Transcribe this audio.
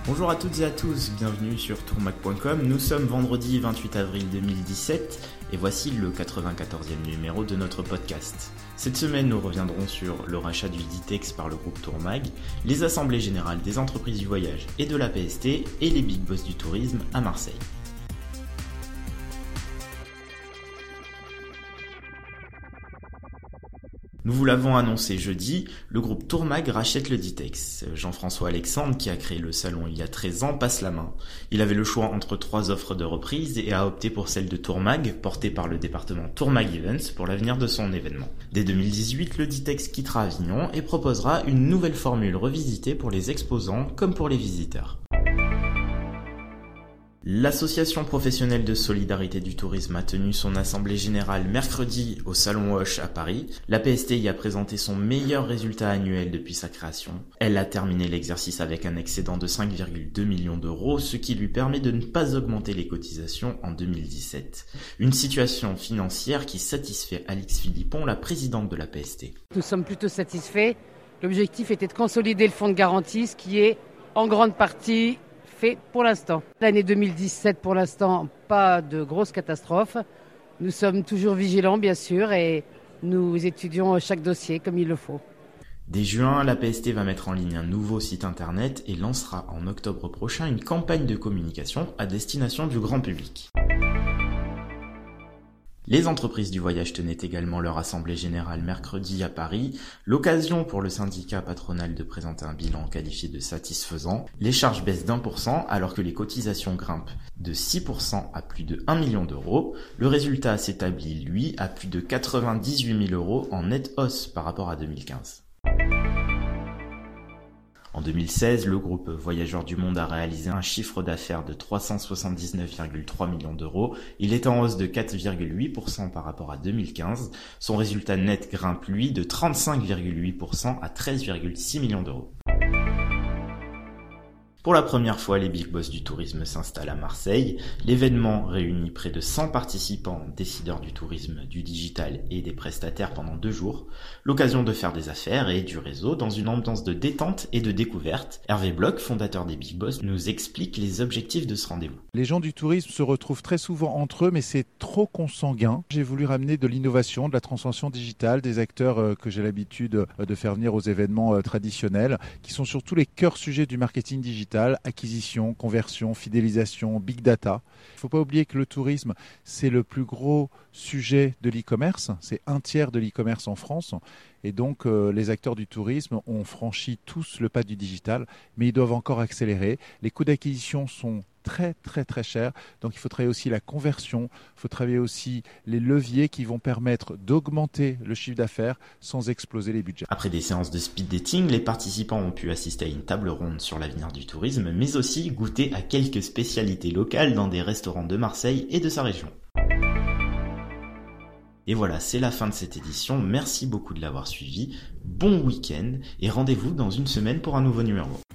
Bonjour à toutes et à tous, bienvenue sur tourmag.com. Nous sommes vendredi 28 avril 2017 et voici le 94e numéro de notre podcast. Cette semaine, nous reviendrons sur le rachat du Ditex par le groupe Tourmag, les assemblées générales des entreprises du voyage et de la PST et les big boss du tourisme à Marseille. Nous vous l'avons annoncé jeudi, le groupe Tourmag rachète le Ditex. Jean-François Alexandre, qui a créé le salon il y a 13 ans, passe la main. Il avait le choix entre 3 offres de reprise et a opté pour celle de Tourmag, portée par le département Tourmag Events pour l'avenir de son événement. Dès 2018, le Ditex quittera Avignon et proposera une nouvelle formule revisitée pour les exposants comme pour les visiteurs. L'association professionnelle de solidarité du tourisme a tenu son assemblée générale mercredi au Salon Hoche à Paris. La PST y a présenté son meilleur résultat annuel depuis sa création. Elle a terminé l'exercice avec un excédent de 5,2 millions d'euros, ce qui lui permet de ne pas augmenter les cotisations en 2017. Une situation financière qui satisfait Alix Philippon, la présidente de la PST. Nous sommes plutôt satisfaits. L'objectif était de consolider le fonds de garantie, ce qui est en grande partie fait pour l'instant. L'année 2017, pour l'instant, pas de grosses catastrophes. Nous sommes toujours vigilants, bien sûr, et nous étudions chaque dossier comme il le faut. Dès juin, la PST va mettre en ligne un nouveau site internet et lancera en octobre prochain une campagne de communication à destination du grand public. Les entreprises du voyage tenaient également leur assemblée générale mercredi à Paris, l'occasion pour le syndicat patronal de présenter un bilan qualifié de satisfaisant. Les charges baissent d'1% alors que les cotisations grimpent de 6% à plus de 1 million d'euros. Le résultat s'établit, lui, à plus de 98 000 euros en nette hausse par rapport à 2015. En 2016, le groupe Voyageurs du Monde a réalisé un chiffre d'affaires de 379,3 millions d'euros. Il est en hausse de 4,8% par rapport à 2015. Son résultat net grimpe, lui, de 35,8% à 13,6 millions d'euros. Pour la première fois, les big boss du tourisme s'installent à Marseille. L'événement réunit près de 100 participants, décideurs du tourisme, du digital et des prestataires pendant 2 jours. L'occasion de faire des affaires et du réseau dans une ambiance de détente et de découverte. Hervé Bloch, fondateur des big boss, nous explique les objectifs de ce rendez-vous. Les gens du tourisme se retrouvent très souvent entre eux, mais c'est trop consanguin. J'ai voulu ramener de l'innovation, de la transformation digitale, des acteurs que j'ai l'habitude de faire venir aux événements traditionnels, qui sont surtout les cœurs sujets du marketing digital. Acquisition, conversion, fidélisation, big data. Il ne faut pas oublier que le tourisme, c'est le plus gros sujet de l'e-commerce. C'est 1/3 de l'e-commerce en France. Et donc, les acteurs du tourisme ont franchi tous le pas du digital, mais ils doivent encore accélérer. Les coûts d'acquisition sont très cher, donc il faut travailler aussi la conversion, il faut travailler aussi les leviers qui vont permettre d'augmenter le chiffre d'affaires sans exploser les budgets. Après des séances de speed dating, les participants ont pu assister à une table ronde sur l'avenir du tourisme, mais aussi goûter à quelques spécialités locales dans des restaurants de Marseille et de sa région. Et voilà, c'est la fin de cette édition, merci beaucoup de l'avoir suivi, bon week-end et rendez-vous dans une semaine pour un nouveau numéro.